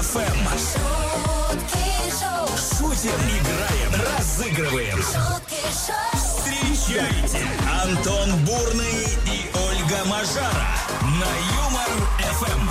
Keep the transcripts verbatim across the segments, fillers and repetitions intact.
эф эм. Шутим, играем, разыгрываем. Встречайте Антон Бурный и Ольга Мажара на Юмор эф эм.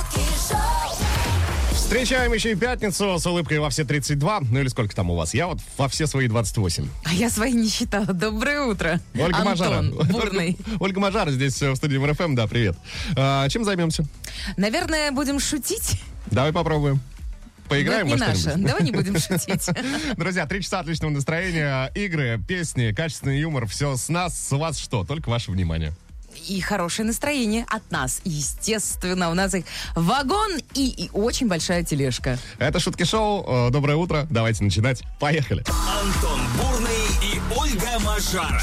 Встречаем еще и пятницу с улыбкой во все тридцать два. Ну или сколько там у вас? Я вот во все свои двадцать восемь. А я свои не считала. Доброе утро, Ольга Антон Мажара. Бурный. Ольга, Ольга Мажара здесь в студии Юмор эф эм. Да, привет. А, чем займемся? Наверное, будем шутить. Давай попробуем. Поиграем Но это во не что-нибудь? наше. Давай не будем шутить. Друзья, три часа отличного настроения, игры, песни, качественный юмор. Все с нас, с вас что? Только ваше внимание. И хорошее настроение от нас. Естественно, у нас их вагон и, и очень большая тележка. Это Шутки-шоу. Э, Доброе утро. Давайте начинать. Поехали. Антон Бурный и Ольга Мажара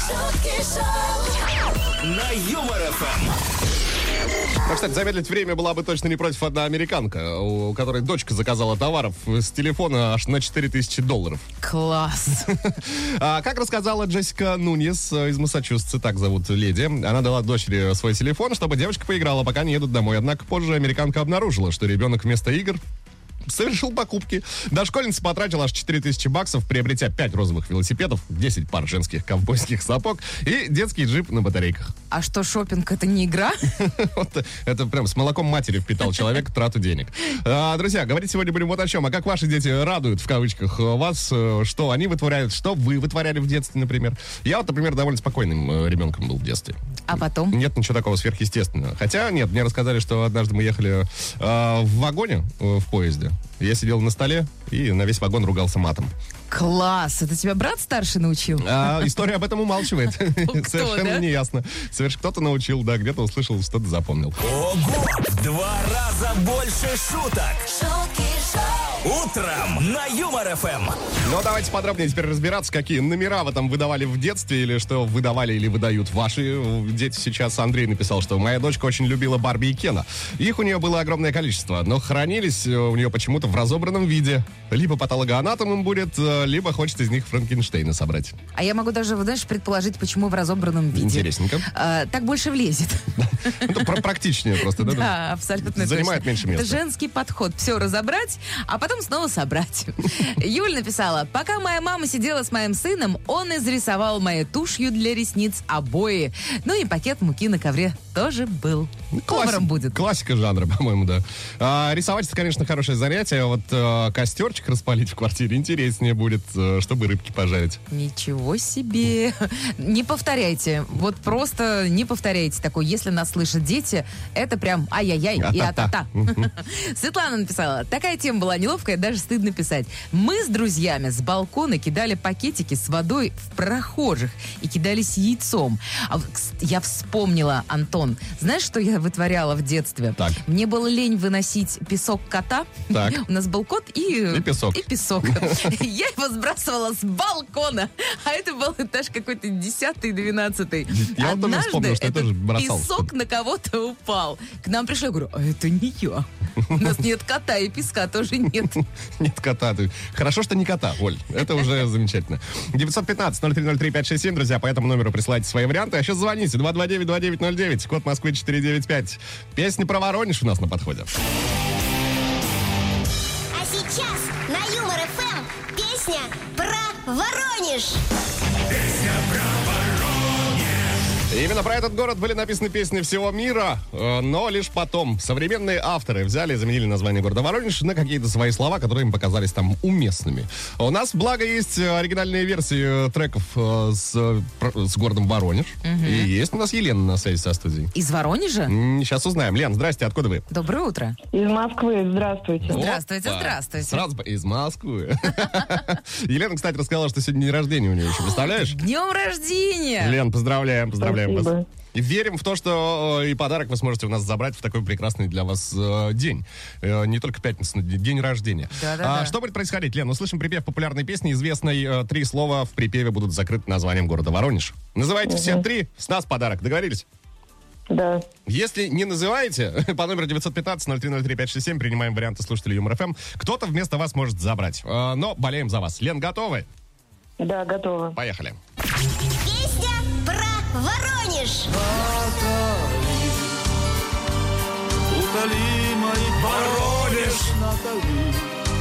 на Юмор эф эм. Ну, кстати, замедлить время была бы точно не против одна американка, у которой дочка заказала товаров с телефона аж на четыре тысячи долларов. Класс. А, как рассказала Джессика Нуньес из Массачусетса, так зовут леди, она дала дочери свой телефон, чтобы девочка поиграла, пока не едут домой. Однако позже американка обнаружила, что ребенок вместо игр совершил покупки. Дошкольница потратила аж четыре тысячи баксов, приобретя пять розовых велосипедов, десять пар женских ковбойских сапог и детский джип на батарейках. А что, шопинг это не игра? Вот это прям с молоком матери впитал человек трату денег. А, друзья, говорить сегодня будем вот о чем. А как ваши дети радуют, в кавычках, вас, что они вытворяют, что вы вытворяли в детстве, например. Я вот, например, довольно спокойным ребенком был в детстве. А потом? Нет ничего такого сверхъестественного. Хотя, нет, мне рассказали, что однажды мы ехали э, в вагоне, э, в поезде. Я сидел на столе и на весь вагон ругался матом. Класс! Это тебя брат старший научил? А история об этом умалчивает. Совершенно да? неясно. Соверш- Кто-то научил, да, где-то услышал, что-то запомнил. Ого! В два раза больше шуток. Утром на Юмор эф эм. Ну, давайте подробнее теперь разбираться, какие номера вы там выдавали в детстве, или что выдавали или выдают ваши дети сейчас. Андрей написал, что моя дочка очень любила Барби и Кена. Их у нее было огромное количество, но хранились у нее почему-то в разобранном виде. Либо патологоанатом им будет, либо хочет из них Франкенштейна собрать. А я могу даже, знаешь, предположить, почему в разобранном виде. Интересненько. А, так больше влезет. Это практичнее просто, да? Да, абсолютно Занимает точно. меньше места. Это женский подход. Все разобрать, а потом снова собрать. Юль написала: пока моя мама сидела с моим сыном, он изрисовал моей тушью для ресниц обои. Ну и пакет муки на ковре тоже был. Поваром будет. Классика жанра, по-моему, да. А, рисовать это, конечно, хорошее занятие. Вот а, костерчик распалить в квартире интереснее будет, а, чтобы рыбки пожарить. Ничего себе. Не повторяйте. Вот просто не повторяйте такое. Если нас слышат дети, это прям ай-яй-яй и а-та-та. Светлана написала: такая тема была неловкая, даже стыдно писать. Мы с друзьями с балкона кидали пакетики с водой в прохожих и кидались яйцом. А я вспомнила, Антон, знаешь, что я вытворяла в детстве? Так. Мне было лень выносить песок кота. Так. У нас был кот и... И песок. И песок. Я его сбрасывала с балкона. А это был этаж какой-то десятый, двенадцатый. Я вот тоже Однажды вспомнил, что я этот тоже бросал песок что-то. на кого-то упал. К нам пришли, я говорю: а это не я. У нас нет кота, и песка тоже нет. Нет кота. Ты- Хорошо, что не кота, Оль. Это уже замечательно. девятьсот пятнадцать ноль три ноль три пять шесть семь, друзья, по этому номеру присылайте свои варианты. А сейчас звоните. два два девять два девять ноль девять, код Москвы четыре девять пять. Песня про Воронеж у нас на подходе. А сейчас на Юмор эф эм песня про Воронеж. Именно про этот город были написаны песни всего мира, э, но лишь потом современные авторы взяли и заменили название города Воронеж на какие-то свои слова, которые им показались там уместными. У нас, благо, есть оригинальные версии треков э, с, э, про- с городом Воронеж. И есть у нас Елена на связи со студией. Из Воронежа? М, Сейчас узнаем. Лен, здрасте, откуда вы? Доброе утро. Из Москвы, здравствуйте. Здравствуйте, Опа. здравствуйте. Сразу бы из Москвы. Елена, кстати, рассказала, что сегодня день рождения у нее еще. Представляешь? Днем рождения! Лен, поздравляем, поздравляем вас. Спасибо. И верим в то, что э, и подарок вы сможете у нас забрать в такой прекрасный для вас э, день. Э, не только пятница, но день рождения. Да-да-да. А, что будет происходить, Лен? Услышим припев популярной песни, известной. Э, три слова в припеве будут закрыты названием города Воронеж. Называйте все три, с нас подарок. Договорились? Да. Если не называете, по номеру девятьсот пятнадцать ноль три ноль три пять шесть семь принимаем варианты слушателей Юмор эф эм. Кто-то вместо вас может забрать. Э, но болеем за вас. Лен, готовы? Да, готова. Поехали. Песня про Воронеж. У утолимой. Воронеж, Натали,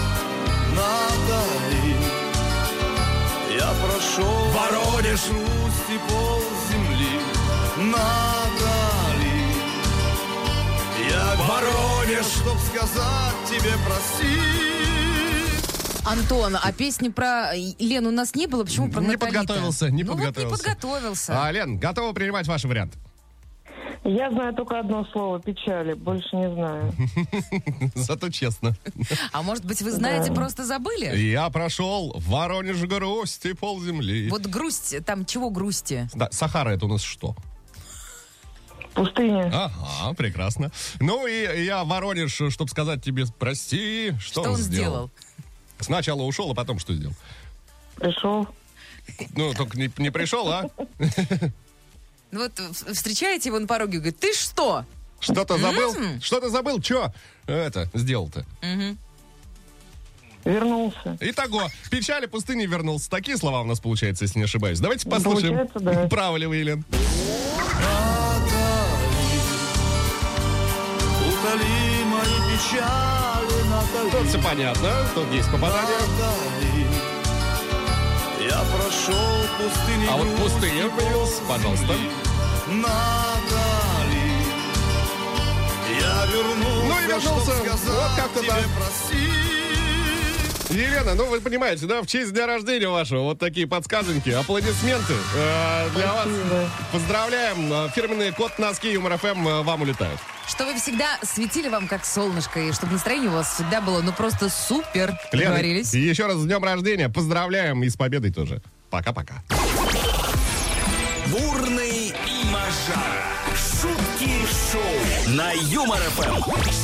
Натали. Я прошел Воронеж, грусть и пол земли. Натали, я Воронеж, чтоб сказать тебе прости. Антон, а песни про Лену у нас не было? Почему про Не Натали-то? подготовился, не ну, подготовился. Вот не подготовился. А, Лен, готова принимать ваш вариант? Я знаю только одно слово — печали. Больше не знаю. Зато честно. А может быть, вы знаете, Да. просто забыли? Я прошел в Воронеж грусть и полземли. Вот грусть, там чего грусти? Да, Сахара это у нас что? Пустыня. Ага, прекрасно. Ну и я в Воронеж, чтобы сказать тебе прости, что, Что он сделал? Сначала ушел, а потом что сделал? Пришел. Ну, только не, не пришел, а? Ну вот в- встречаете его на пороге и говорит, ты что? Что-то забыл? Что-то забыл? Че это сделал-то? Вернулся. Итого, печали пустыни вернулся. Такие слова у нас получаются, если не ошибаюсь. Давайте послушаем. Получается, да. Правы ли вы, Елен? Утоли мои печали, Натали. Тут все понятно. Тут есть попадание. Натали. Я прошел пустыню. А вот пустыня появилась, пожалуйста. Натали. Я вернулся, Ну и вернулся. чтоб сказать Вот как-то тебе так. прости. Елена, ну вы понимаете, да, в честь дня рождения вашего вот такие подсказоньки, аплодисменты э, для вас. Спасибо. Поздравляем. Э, Фирменный код носки Юмор ФМ э, вам улетают. Чтобы вы всегда светили вам как солнышко, и чтобы настроение у вас всегда было, ну, просто супер. Лена, Договорились? и еще раз с днем рождения. Поздравляем и с победой тоже. Пока-пока. Бурный и Мажара. Шутки шоу на Юмор ФМ.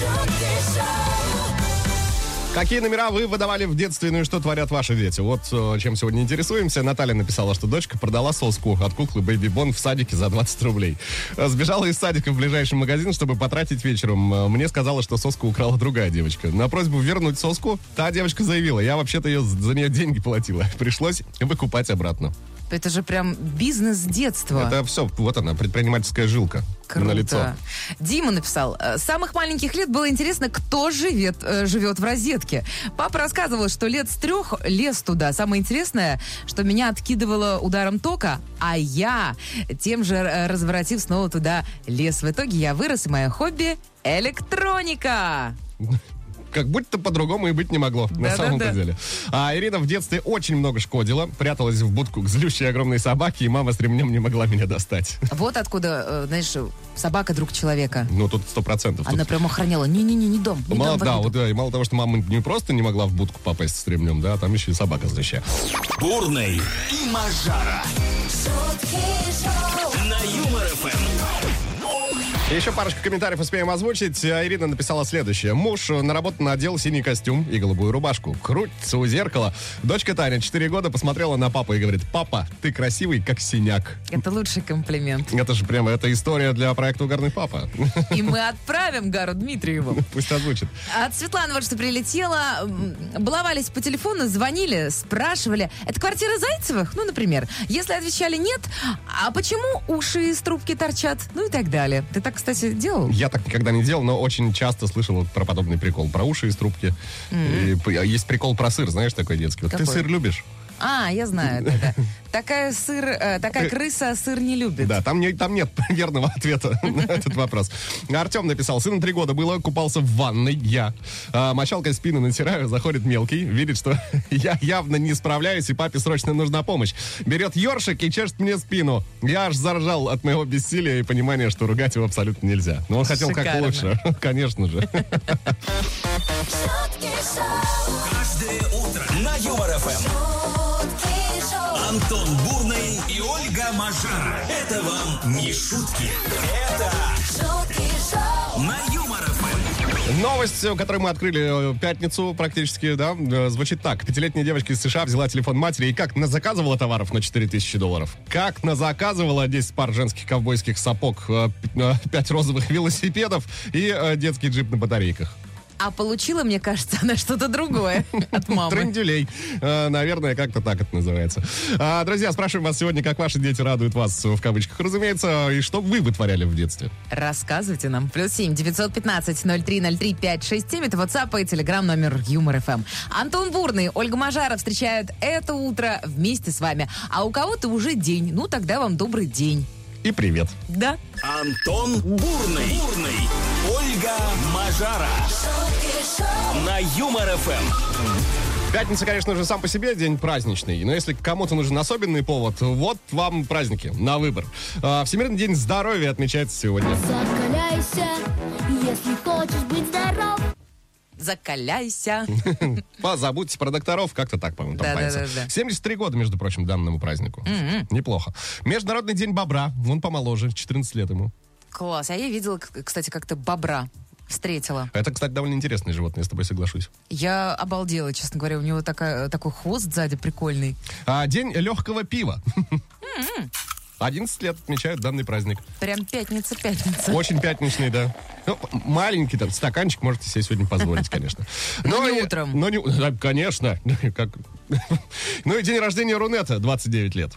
Какие номера вы выдавали в детстве, ну и что творят ваши дети? Вот э, чем сегодня интересуемся. Наталья написала, что дочка продала соску от куклы Бэйби Бон в садике за двадцать рублей. Э, Сбежала из садика в ближайший магазин, чтобы потратить вечером. Э, Мне сказала, что соску украла другая девочка. На просьбу вернуть соску та девочка заявила, я вообще-то ее, за нее деньги платила. Пришлось выкупать обратно. Это же прям бизнес с детства. Это все, вот она, предпринимательская жилка Круто. на лицо. Дима написал, «Э, с самых маленьких лет было интересно, кто живет, э, живет в розетке. Папа рассказывал, что лет с трех лез туда. Самое интересное, что меня откидывало ударом тока, а я тем же э, разворотив снова туда лез. В итоге я вырос, и мое хобби — электроника. Как будто по-другому и быть не могло, на Да-да-да. самом-то деле. А Ирина в детстве очень много шкодила, пряталась в будку к злющей огромной собаке, и мама с ремнем не могла меня достать. Вот откуда, э, знаешь, собака друг человека. Ну, тут сто процентов. Она прям охраняла. Не-не-не, не дом. Не Мало, дом да, бандитам». вот, да, и мало того, что мама не просто не могла в будку попасть с ремнем, да, там еще и собака злющая. Бурный и Мажара на Юмор ФМ. И еще парочку комментариев успеем озвучить. А Ирина написала следующее. Муж на работу надел синий костюм и голубую рубашку. Крутится у зеркала. Дочка Таня, четыре года, посмотрела на папу и говорит, папа, ты красивый, как синяк. Это лучший комплимент. Это же прямо, это история для проекта «Угарный папа». И мы отправим Гару Дмитриеву. Пусть озвучит. От Светланы вот что прилетело. М, Баловались по телефону, звонили, спрашивали. Это квартира Зайцевых? Ну, например. Если отвечали нет, а почему уши из трубки торчат? Ну и так далее. Ты так, кстати, делал? Я так никогда не делал, но очень часто слышал вот про подобный прикол. Про уши из трубки. И п- есть прикол про сыр, знаешь, такой детский. Вот ты Какой? сыр любишь? А, я знаю это. Такая сыр, э, такая крыса сыр не любит. Да, там, не, там нет верного ответа на этот вопрос. Артем написал, сыну три года было, купался в ванной, я. А, мочалкой спину натираю, заходит мелкий, видит, что я явно не справляюсь, и папе срочно нужна помощь. Берет ёршик и чешет мне спину. Я аж заржал от моего бессилия и понимания, что ругать его абсолютно нельзя. Но он хотел как Шикарно. лучше, конечно же. Каждое утро на Юмор ФМ. Антон Бурный и Ольга Мажара. Это вам не шутки. Это на Юмор ФМ. Новость, которую мы открыли э, пятницу практически, да, э, звучит так. Пятилетняя девочка из США взяла телефон матери и как назаказывала товаров на четыре тысячи долларов. Как назаказывала десять пар женских ковбойских сапог, э, п- э, пять розовых велосипедов и э, детский джип на батарейках. А получила, мне кажется, она что-то другое от мамы. Трындюлей. А, наверное, как-то так это называется. А, друзья, спрашиваем вас сегодня, как ваши дети радуют вас, в кавычках, разумеется, и что вы вытворяли в детстве. Рассказывайте нам. Плюс семь девятьсот пятнадцать ноль три ноль три пять шесть семь. Это WhatsApp и Telegram номер Юмор эф эм. Антон Бурный, Ольга Мажара встречают это утро вместе с вами. А у кого-то уже день. Ну, тогда вам добрый день. И привет. Да. Антон Бурный, Бурный, Ольга Мажара на Юмор эф эм. Пятница, конечно же, сам по себе день праздничный. Но если кому-то нужен особенный повод, вот вам праздники на выбор. А, Всемирный день здоровья отмечается сегодня. Закаляйся, если хочешь быть здоров. Закаляйся. Позабудьте про докторов, как-то так, по-моему, там Да, поется. да, да, да. семьдесят три года, между прочим, данному празднику. М-м. Неплохо. Международный день бобра. Он помоложе, четырнадцать лет ему. Класс. А я видела, к- кстати, как-то бобра встретила. Это, кстати, довольно интересное животное, я с тобой соглашусь. Я обалдела, честно говоря. У него такая, такой хвост сзади прикольный. А, день легкого пива. одиннадцать лет отмечают данный праздник. Прям пятница-пятница. Очень пятничный, да. Ну, маленький там стаканчик можете себе сегодня позволить, конечно. Но не и- утром. Но не, да, конечно. Как... Ну и день рождения Рунета, двадцать девять лет.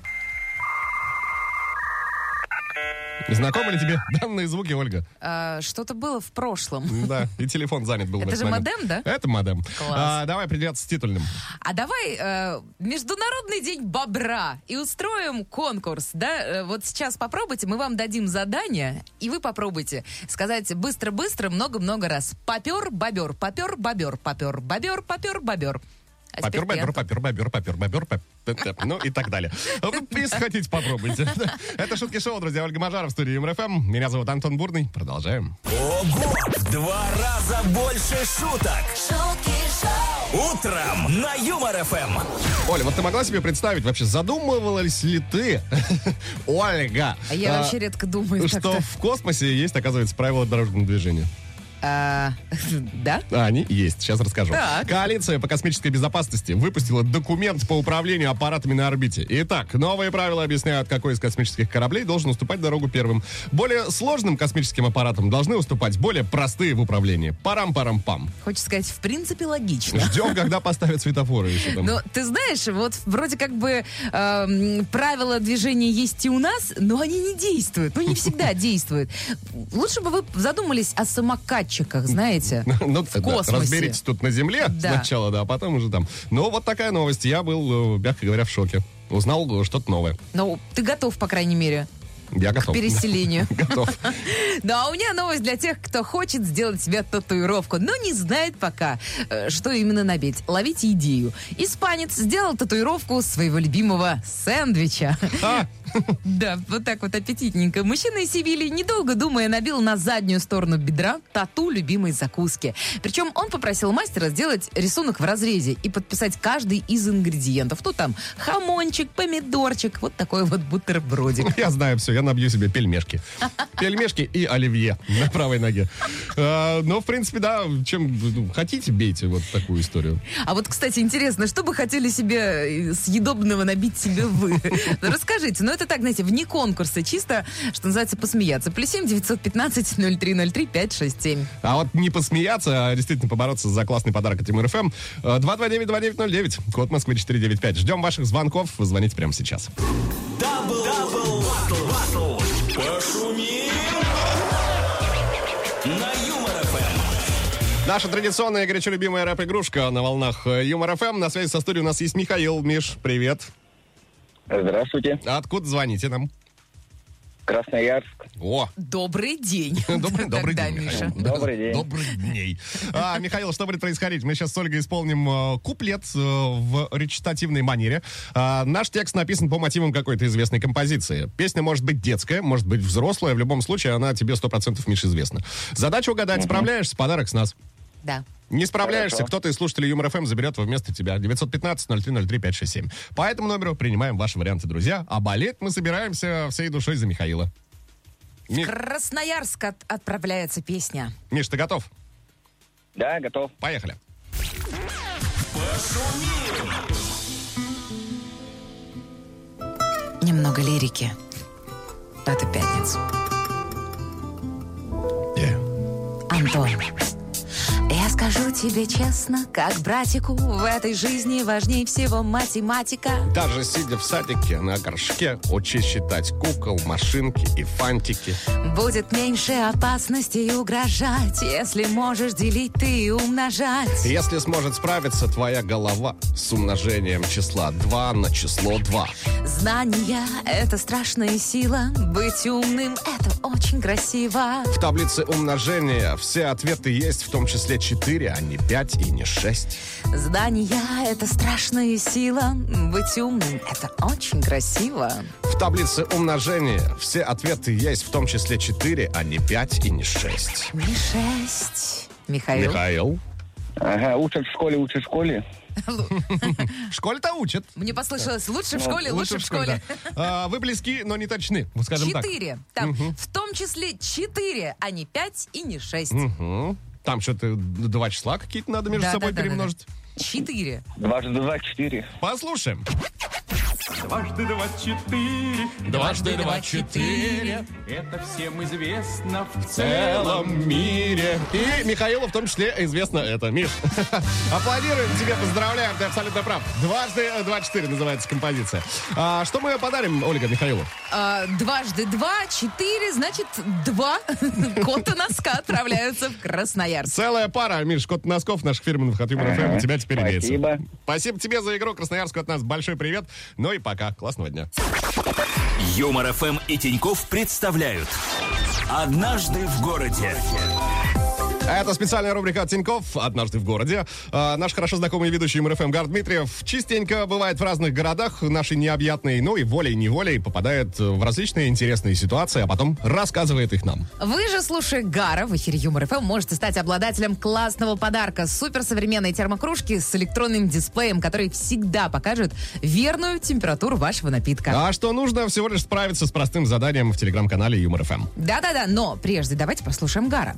Знакомы ли тебе данные звуки, Ольга? А, что-то было в прошлом. Да, и телефон занят был в Это этот же момент. модем, да? Это модем. Класс. А, давай определяться с титульным. А давай э, Международный день бобра и устроим конкурс, да? Э, Вот сейчас попробуйте, мы вам дадим задание, и вы попробуйте сказать быстро-быстро, много-много раз. Попер, бобер, попер, бобер, попер, бобер, попер, бобер. А теперь Попер, бобер, ты, попер, бобер, попер, бобер, попер, ну и так далее. Вы, если хотите, попробуйте. Это Шутки Шоу, друзья. Ольга Мажара в студии Юмор эф эм. Меня зовут Антон Бурный. Продолжаем. Ого! В два раза больше шуток. шутки шоу, Утром на Юмор эф эм. Оля, вот ты могла себе представить, вообще задумывалась ли ты, Ольга, А я а, вообще редко думаю что так-то. в космосе есть, оказывается, правила дорожного движения? А, да? А, они есть, сейчас расскажу. Так. Коалиция по космической безопасности выпустила документ по управлению аппаратами на орбите. Итак, новые правила объясняют, какой из космических кораблей должен уступать дорогу первым. Более сложным космическим аппаратам должны уступать более простые в управлении. Парам-парам-пам. Хочешь сказать, в принципе, логично. Ждем, когда поставят светофоры еще там. Но ты знаешь, вот вроде как бы эм, правила движения есть и у нас, но они не действуют. Ну, не всегда действуют. Лучше бы вы задумались о самокатчиках, знаете, Ну, в да, космосе. разберитесь тут на Земле Да. сначала, да, а потом уже там. Ну, вот такая новость. Я был, э, мягко говоря, в шоке. Узнал э, что-то новое. Ну, ты готов, по крайней мере, Я готов. к переселению. Готов. Да, а у меня новость для тех, кто хочет сделать себе татуировку, но не знает пока, э, что именно набить. Ловите идею. Испанец сделал татуировку своего любимого сэндвича. А, Да, вот так вот аппетитненько. Мужчина из Севильи, недолго думая, набил на заднюю сторону бедра тату любимой закуски. Причем он попросил мастера сделать рисунок в разрезе и подписать каждый из ингредиентов. Ну там хамончик, помидорчик, вот такой вот бутербродик. я знаю все, я набью себе пельмешки. Пельмешки и оливье на правой ноге. А, ну, в принципе, да, чем ну, хотите, бейте вот такую историю. А вот, кстати, интересно, что бы хотели себе съедобного набить себе вы? Расскажите. Ну, это так, знаете, вне конкурса, чисто, что называется, посмеяться. Плюс семь девятьсот пятнадцать ноль три ноль три пять шесть семь. А вот не посмеяться, а действительно побороться за классный подарок от Юмор эф эм. два два девять два девять ноль девять, код Москвы четыре девять пять. Ждем ваших звонков. Звоните прямо сейчас. Дабл, дабл, батл, батл. Пошумим на Юмор эф эм. Наша традиционная и горячо любимая рэп-игрушка на волнах Юмор эф эм. На связи со студией у нас есть Михаил. Миш, привет. Здравствуйте. Откуда звоните нам? Красноярск. О, Добрый день. добрый, добрый Тогда, день, Миша. Михаил. Добрый день. Добрый дней. А, Михаил, что будет происходить? Мы сейчас с Ольгой исполним э, куплет э, в речитативной манере. А, наш текст написан по мотивам какой-то известной композиции. Песня может быть детская, может быть взрослая. В любом случае, она тебе сто процентов, Миш, известна. Задача угадать. Справляешься? Подарок с нас. Да. Не справляешься, Хорошо. кто-то из слушателей Юмор эф эм заберет его вместо тебя. девятьсот пятнадцать ноль три ноль три пять шесть семь. По этому номеру принимаем ваши варианты, друзья. А болеть мы собираемся всей душой за Михаила. Ми- Красноярск от- отправляется песня. Миш, ты готов? Да, готов. Поехали. Немного лирики. В эту пятницу. Yeah. Антон, я Скажу тебе честно, как братику, в этой жизни важнее всего математика. Даже сидя в садике на горшке, учись считать кукол, машинки и фантики. Будет меньше опасностей угрожать, если можешь делить ты и умножать. Если сможет справиться твоя голова с умножением числа два на число два. Знания — это страшная сила, быть умным — это очень красиво. В таблице умножения все ответы есть, в том числе четыре, а не пять и не шесть. Знания — это страшная сила, быть умным — это очень красиво. В таблице умножения все ответы есть, в том числе четыре, а не пять и не шесть. Не шесть. Михаил? Михаил? Ага, учат в школе, учат в школе. В школе-то учат. Мне послышалось, лучше в школе, лучше в школе. Да. А, вы близки, но не точны, скажем так. Четыре. Там, в том числе четыре, а не пять и не шесть. Угу. Там что-то два числа какие-то надо между Да, собой да, да, перемножить. да, да. Четыре. Дважды два, четыре. Послушаем. Дважды два четыре, Дважды два четыре. это всем известно в В целом мире. И Михаилу в том числе известно это. Миш, аплодируем тебе, поздравляем, ты абсолютно прав. Дважды два четыре называется композиция. А, что мы подарим, Ольга, Михаилу? А, дважды два, четыре, значит, два кота носка отправляются в Красноярск. Целая пара, Миш, кот носков наших фирменных от Юмор ФМ у тебя теперь имеется. Спасибо. Спасибо тебе за игру. Красноярску от нас большой привет. Ну и пока. Классного дня. Юмор ФМ и Тинькофф представляют «Однажды в городе». Это специальная рубрика от Тинькофф «Однажды в городе». А, наш хорошо знакомый ведущий Юмор ФМ Гар Дмитриев частенько бывает в разных городах нашей необъятной, ну и волей-неволей попадает в различные интересные ситуации, а потом рассказывает их нам. Вы же, слушая Гара в эфире Юмор ФМ, можете стать обладателем классного подарка. Суперсовременной термокружки с электронным дисплеем, который всегда покажет верную температуру вашего напитка. А что нужно? Всего лишь справиться с простым заданием в телеграм-канале Юмор ФМ. Да-да-да, но прежде давайте послушаем Гара.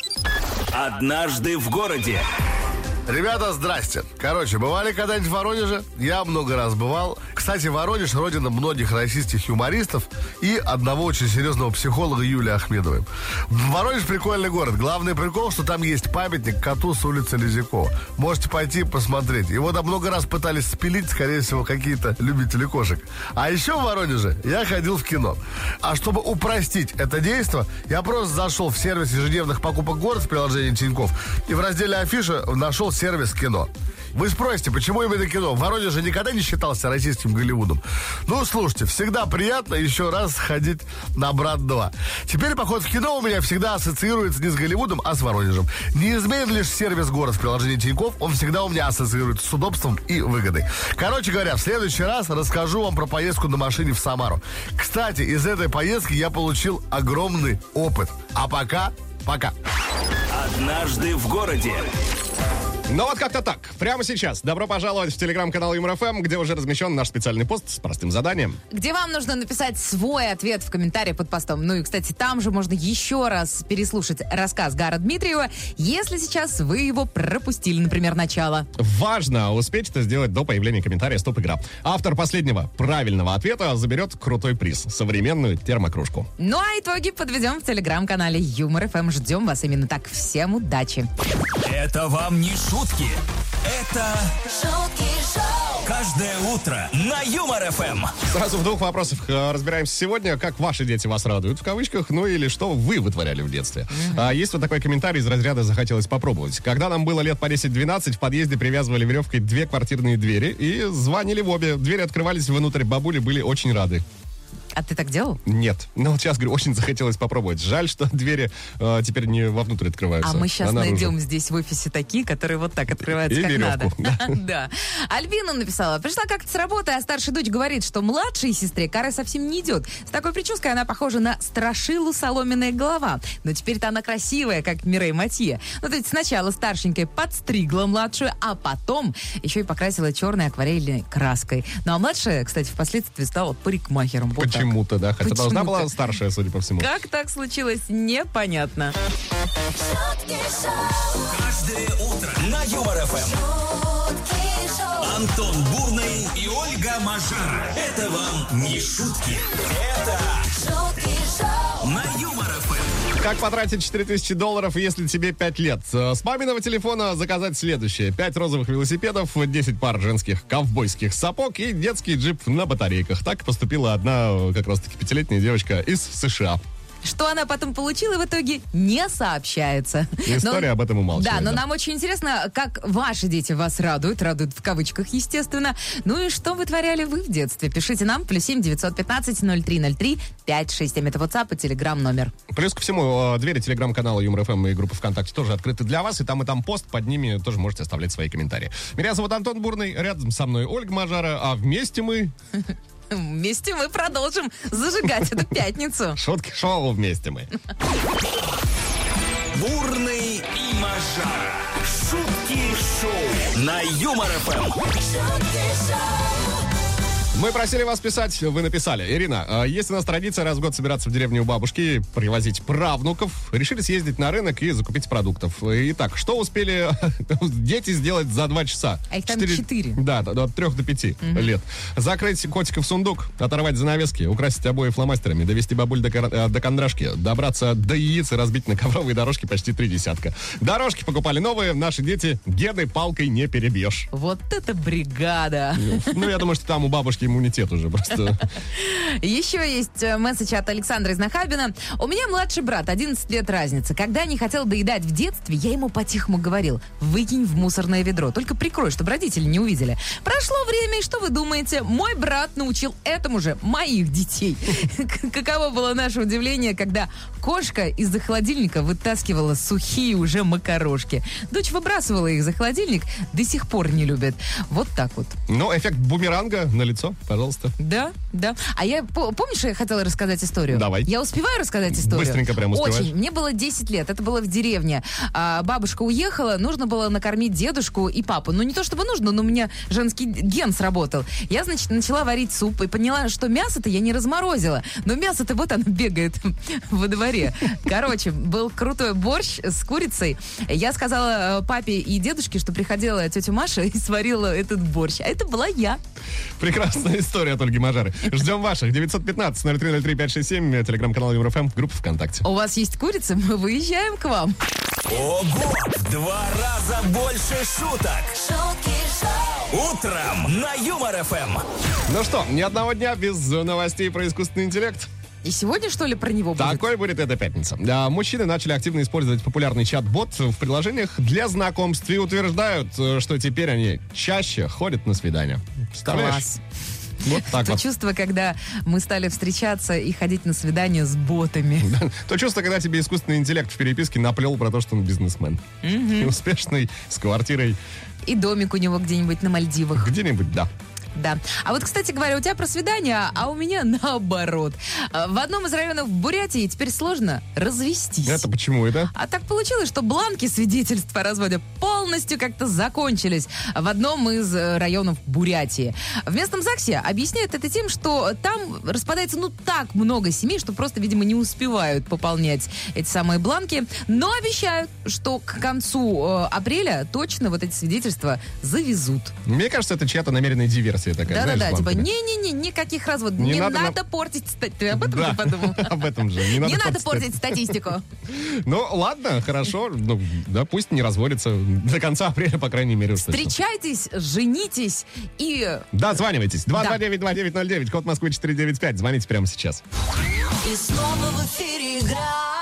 «Однажды в городе». Ребята, здрасте. Короче, бывали когда-нибудь в Воронеже? Я много раз бывал. Кстати, Воронеж — родина многих российских юмористов и одного очень серьезного психолога Юлии Ахмедовой. Воронеж — прикольный город. Главный прикол, что там есть памятник коту с улицы Лизякова. Можете пойти посмотреть. Его там много раз пытались спилить, скорее всего, какие-то любители кошек. А еще в Воронеже я ходил в кино. А чтобы упростить это действо, я просто зашел в сервис ежедневных покупок «Город» в приложении Тинькофф и в разделе «Афиша» нашел сервис «Кино». Вы спросите, почему именно кино? Воронеж же никогда не считался российским Голливудом. Ну, слушайте, всегда приятно еще раз сходить на «Брат-два». Теперь поход в кино у меня всегда ассоциируется не с Голливудом, а с Воронежем. Неизменен лишь сервис «Город» в приложении Тинькофф, он всегда у меня ассоциируется с удобством и выгодой. Короче говоря, в следующий раз расскажу вам про поездку на машине в Самару. Кстати, из этой поездки я получил огромный опыт. А пока, пока. «Однажды в городе». Ну вот как-то так. Прямо сейчас. Добро пожаловать в телеграм-канал Юмор ФМ, где уже размещен наш специальный пост с простым заданием. Где вам нужно написать свой ответ в комментариях под постом. Ну и, кстати, там же можно еще раз переслушать рассказ Гара Дмитриева, если сейчас вы его пропустили, например, начало. Важно успеть это сделать до появления комментария «Стоп-игра». Автор последнего правильного ответа заберет крутой приз — современную термокружку. Ну а итоги подведем в телеграм-канале Юмор ФМ. Ждем вас именно так. Всем удачи. Это вам не шутки. Это шутки шоу. каждое утро на Юмор ФМ. Сразу в двух вопросах э, разбираемся сегодня. Как ваши дети вас радуют, в кавычках, ну или что вы вытворяли в детстве. Mm-hmm. А, есть вот такой комментарий из разряда «захотелось попробовать». Когда нам было лет по десять-двенадцать, в подъезде привязывали веревкой две квартирные двери и звонили в обе. Двери открывались внутрь, бабули были очень рады. А ты так делал? Нет. Ну, вот сейчас, говорю, очень захотелось попробовать. Жаль, что двери э, теперь не вовнутрь открываются. А мы сейчас а найдем здесь в офисе такие, которые вот так открываются, и как веревку, надо. Да. Да. Альбина написала: пришла как-то с работы, а старшая дочь говорит, что младшей сестре кара совсем не идет. С такой прической она похожа на страшилу «Соломенная голова». Но теперь-то она красивая, как Мирей Матье. Ну, то есть сначала старшенькая подстригла младшую, а потом еще и покрасила черной акварельной краской. Ну, а младшая, кстати, впоследствии стала парикмахером. Вот Почему-то, да. Хотя Почему-то. должна была старшая, судя по всему. Как так случилось, непонятно. Каждое утро на Юмор ФМ. Антон Бурный и Ольга Мажара. Это вам не шутки. Это шутки шоу на Юмор ФМ. Как потратить четыре тысячи долларов, если тебе пять лет? С маминого телефона заказать следующее. пять розовых велосипедов, десять пар женских ковбойских сапог и детский джип на батарейках. Так поступила одна как раз-таки пятилетняя девочка из США. Что она потом получила в итоге, не сообщается. История но, об этом умалчивает. Да, но да. Нам очень интересно, как ваши дети вас радуют, радуют в кавычках, естественно. Ну и что вытворяли вы в детстве? Пишите нам, плюс семь девятьсот пятнадцать ноль три ноль три пять шесть семь. Это WhatsApp и Telegram номер. Плюс ко всему, двери телеграм-канала Юмор ФМ и группы ВКонтакте тоже открыты для вас. И там, и там пост, под ними тоже можете оставлять свои комментарии. Меня зовут Антон Бурный, рядом со мной Ольга Мажара, а вместе мы... Вместе мы продолжим зажигать эту пятницу. Шутки шоу вместе мы. Бурный и Мажара. Шутки шоу на Юмор ФМ. Шутки шоу. Мы просили вас писать, вы написали. Ирина, есть у нас традиция раз в год собираться в деревне у бабушки, привозить правнуков. Решили съездить на рынок и закупить продуктов. Итак, что успели дети сделать за два часа? А их там четыре. Да, от трех до пяти угу. лет. Закрыть котика в сундук, оторвать занавески, украсить обои фломастерами, довести бабуль до, до кондрашки, добраться до яиц и разбить на ковровые дорожки почти три десятка. Дорожки покупали новые, наши дети гены палкой не перебьешь. Вот это бригада! Ну, я думаю, что там у бабушки иммунитет уже просто. Еще есть месседж от Александра из Нахабина. У меня младший брат, одиннадцать лет разница. Когда не хотел доедать в детстве, я ему по-тихому говорил: выкинь в мусорное ведро, только прикрой, чтобы родители не увидели. Прошло время, и что вы думаете? Мой брат научил этому же моих детей. Каково было наше удивление, когда кошка из-за холодильника вытаскивала сухие уже макарошки. Дочь выбрасывала их за холодильник, до сих пор не любит. Вот так вот. Ну, эффект бумеранга на лицо. Пожалуйста. Да, да. А я, помнишь, я хотела рассказать историю? Давай. Я успеваю рассказать историю? Быстренько прям успеваешь. Очень. Мне было десять лет, это было в деревне. А, бабушка уехала, нужно было накормить дедушку и папу. Ну, не то чтобы нужно, но у меня женский ген сработал. Я, значит, начала варить суп и поняла, что мясо-то я не разморозила. Но мясо-то вот оно бегает во дворе. Короче, был крутой борщ с курицей. Я сказала папе и дедушке, что приходила тетя Маша и сварила этот борщ. А это была я. Прекрасная история от Ольги Мажары. Ждем ваших. девятьсот пятнадцать ноль три ноль три пять шесть семь. Телеграм-канал Юмор ФМ. Группа ВКонтакте. У вас есть курица? Мы выезжаем к вам. Ого! В два раза больше шуток. Шутки шоу. Утром на Юмор ФМ. Ну что, ни одного дня без новостей про искусственный интеллект. И сегодня, что ли, про него будет? Такой будет эта пятница. Да, мужчины начали активно использовать популярный чат-бот в приложениях для знакомств и утверждают, что теперь они чаще ходят на свидания. Класс. Вот так То вот. чувство, когда мы стали встречаться и ходить на свидания с ботами. То чувство, когда тебе искусственный интеллект в переписке наплел про то, что он бизнесмен. И успешный, с квартирой. И домик у него где-нибудь на Мальдивах. Где-нибудь, да. Да. А вот, кстати говоря, у тебя про свидание, а у меня наоборот. В одном из районов Бурятии теперь сложно развестись. Это почему это? А так получилось, что бланки свидетельств о разводе полностью как-то закончились в одном из районов Бурятии. В местном ЗАГСе объясняют это тем, что там распадается ну так много семей, что просто, видимо, не успевают пополнять эти самые бланки. Но обещают, что к концу э, апреля точно вот эти свидетельства завезут. Мне кажется, это чья-то намеренная диверсия. Да-да-да, типа, не-не-не, никаких разводов. Не, не надо, надо нам... портить... Ты об этом да, ты подумал? Об этом же. Не надо, не надо портить статистику. Ну, ладно, хорошо. Ну, да, пусть не разводятся до конца апреля, по крайней мере. Встречайтесь, женитесь и... Дозванивайтесь. два два девять два девять ноль девять, код Москвы четыре девять пять. Звоните прямо сейчас. И снова в эфире игра.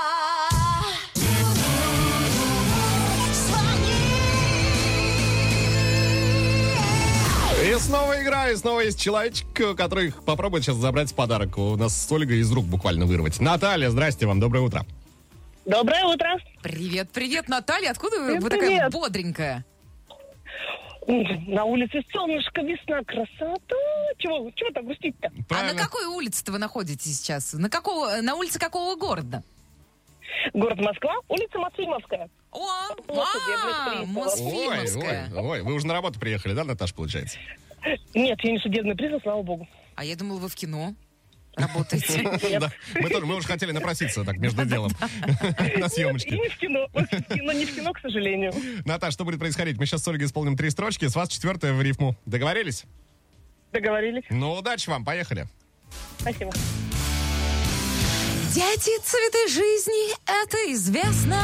И снова игра, и снова есть человечек, который попробует сейчас забрать подарок. У нас с Ольгой из рук буквально вырвать. Наталья, здрасте вам, доброе утро. Доброе утро. Привет, привет, Наталья. Откуда привет, вы привет. такая бодренькая? На улице солнышко, весна, красота. Чего, чего так грустить-то? Правильно. А на какой улице-то вы находитесь сейчас? На, какого, на улице какого города? Город Москва, улица Мосфильмовская. О, а, Мосфильмовская. Ой, ой, вы уже на работу приехали, да, Наташ, получается? Нет, я не судебный приз, слава богу. А я думала, вы в кино работаете. Мы тоже, мы уже хотели напроситься так между делом на съемочке. И не в кино, но не в кино, к сожалению. Наташ, что будет происходить? Мы сейчас с Ольгой исполним три строчки, с вас четвертая в рифму. Договорились? Договорились. Ну, удачи вам, поехали. Спасибо. Дети — цветы жизни, это известно.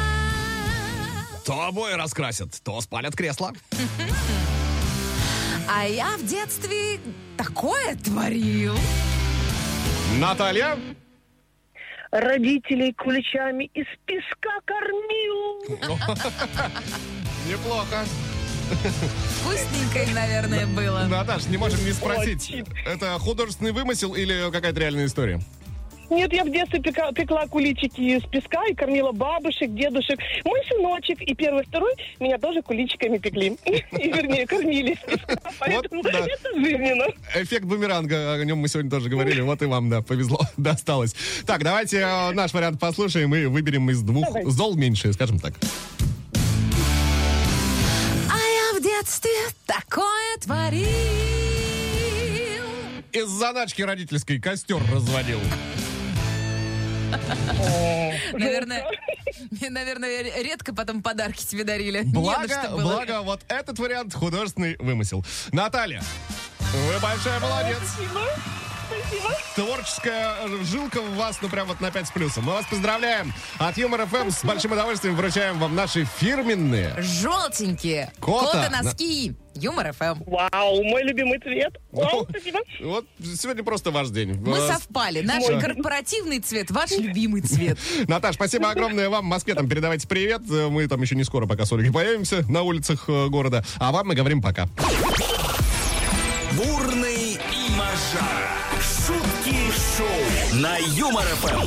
То обои раскрасят, то спалят кресло. А я в детстве такое творил. Наталья? Родителей куличами из песка кормил. Неплохо. Вкусненькое, наверное, было. Наташ, не можем не спросить. Очень. Это художественный вымысел или какая-то реальная история? Нет, я в детстве пекла, пекла куличики из песка и кормила бабушек, дедушек. Мой сыночек и первый, второй меня тоже куличиками пекли. И, вернее, кормили из песка. Поэтому да. это жизненно. Эффект бумеранга, о нем мы сегодня тоже говорили. Вот и вам, да, повезло, досталось. Так, давайте э, наш вариант послушаем и выберем из двух Давай. зол меньшее, скажем так. А я в детстве такое творил. Из заначки родительской костер разводил. Наверное, наверное, редко потом подарки тебе дарили. Не на Благо, что было. благо, вот этот вариант художественный вымысел. Наталья, вы большая молодец. Спасибо. Спасибо. Творческая жилка у вас, ну, прям вот на пять с плюсом. Мы вас поздравляем. От Юмор ФМ с большим удовольствием вручаем вам наши фирменные. Желтенькие. Кота. Кота-носки. Юмор ФМ. Вау, мой любимый цвет. Вау, спасибо. Вот сегодня просто ваш день. Мы Э, совпали. Наш Мой. корпоративный цвет, ваш любимый цвет. Наташ, спасибо огромное вам. В Москве там передавайте привет. Мы там еще не скоро пока с Ольгой появимся на улицах э, города. А вам мы говорим пока. Бурный и Мажара. Шутки шоу на Юмор ФМ.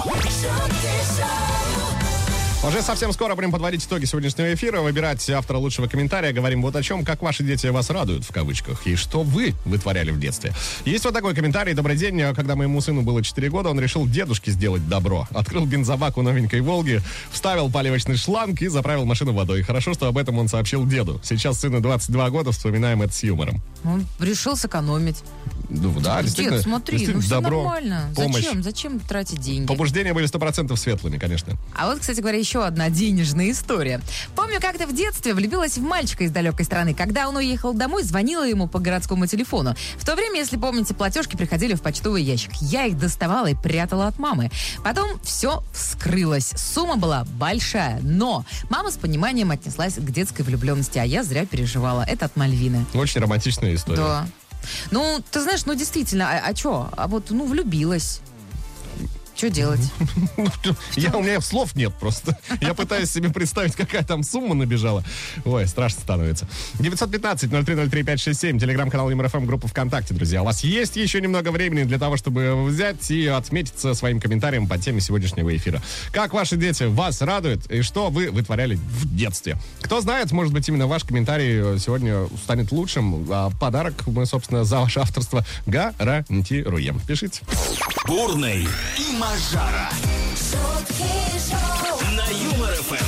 Уже совсем скоро будем подводить итоги сегодняшнего эфира, выбирать автора лучшего комментария. Говорим вот о чем, как ваши дети вас радуют, в кавычках, и что вы вытворяли в детстве. Есть вот такой комментарий. Добрый день. Когда моему сыну было четыре года, он решил дедушке сделать добро. Открыл бензобак у новенькой «Волги», вставил поливочный шланг и заправил машину водой. Хорошо, что об этом он сообщил деду. Сейчас сыну двадцать два года, вспоминаем это с юмором. Он решил сэкономить. Ну да, действительно. Дед, смотри, действительно, ну все добро, нормально. помощь. Зачем? Зачем тратить деньги? Побуждения были сто процентов светлыми, конечно. А вот, кстати говоря, еще одна денежная история. Помню, как-то в детстве влюбилась в мальчика из далекой страны. Когда он уехал домой, звонила ему по городскому телефону. В то время, если помните, платежки приходили в почтовый ящик. Я их доставала и прятала от мамы. Потом все вскрылось. Сумма была большая, но мама с пониманием отнеслась к детской влюбленности, а я зря переживала. Это от Мальвины. Очень романтичная история. Да. Ну, ты знаешь, ну действительно, а, а что? А вот, ну, влюбилась. Что делать? Я, у меня слов нет просто. Я пытаюсь себе представить, какая там сумма набежала. Ой, страшно становится. девятьсот пятнадцать ноль три ноль три пять шесть семь, телеграм-канал Юмор ФМ, группа ВКонтакте, друзья. У вас есть еще немного времени для того, чтобы взять и отметиться своим комментарием по теме сегодняшнего эфира. Как ваши дети вас радуют и что вы вытворяли в детстве? Кто знает, может быть, именно ваш комментарий сегодня станет лучшим. А подарок мы, собственно, за ваше авторство гарантируем. Пишите. Бурный и Мажара. На Юмор ФМ.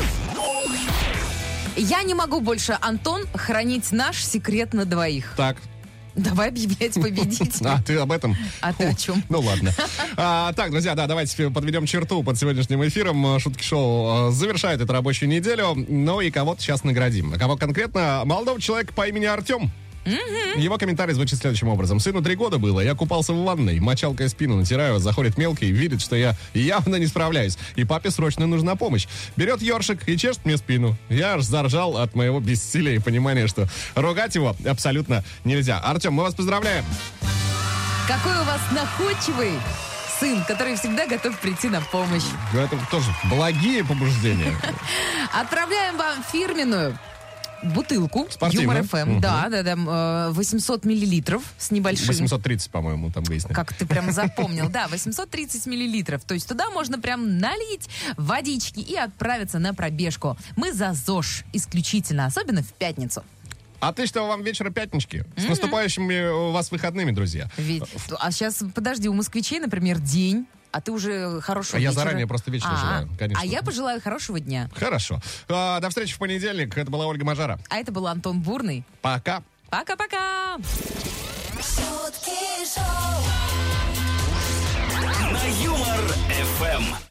Я не могу больше, Антон, хранить наш секрет на двоих. Так. Давай объявлять победителя. А, ты об этом? А ты о чем? Ну ладно. А, так, друзья, да, давайте подведем черту под сегодняшним эфиром. Шутки шоу завершает эту рабочую неделю. Ну и кого-то сейчас наградим. А кого конкретно? Молодого человека по имени Артем. Mm-hmm. Его комментарий звучит следующим образом. Сыну три года было, я купался в ванной, мочалкой спину натираю, заходит мелкий, видит, что я явно не справляюсь, и папе срочно нужна помощь. Берет ёршик и чешет мне спину. Я аж заржал от моего бессилия и понимания, что ругать его абсолютно нельзя. Артем, мы вас поздравляем. Какой у вас находчивый сын, который всегда готов прийти на помощь. Это тоже благие побуждения. Отправляем вам фирменную бутылку Спортивная. Юмор ФМ. Угу. Да, да, да. восемьсот миллилитров с небольшим. восемьсот тридцать, по-моему, там выяснили. Как ты прям запомнил. Да, восемьсот тридцать миллилитров. То есть туда можно прям налить водички и отправиться на пробежку. Мы за ЗОЖ исключительно, особенно в пятницу. Отличного вам вечера пятнички. С наступающими у вас выходными, друзья. Ведь, а сейчас, подожди, у москвичей, например, день. А ты уже хорошего а вечера. Я заранее просто вечера А-а. желаю, конечно. А я пожелаю хорошего дня. Хорошо. А, до встречи в понедельник. Это была Ольга Мажара. А это был Антон Бурный. Пока. Пока-пока. На Юмор ФМ.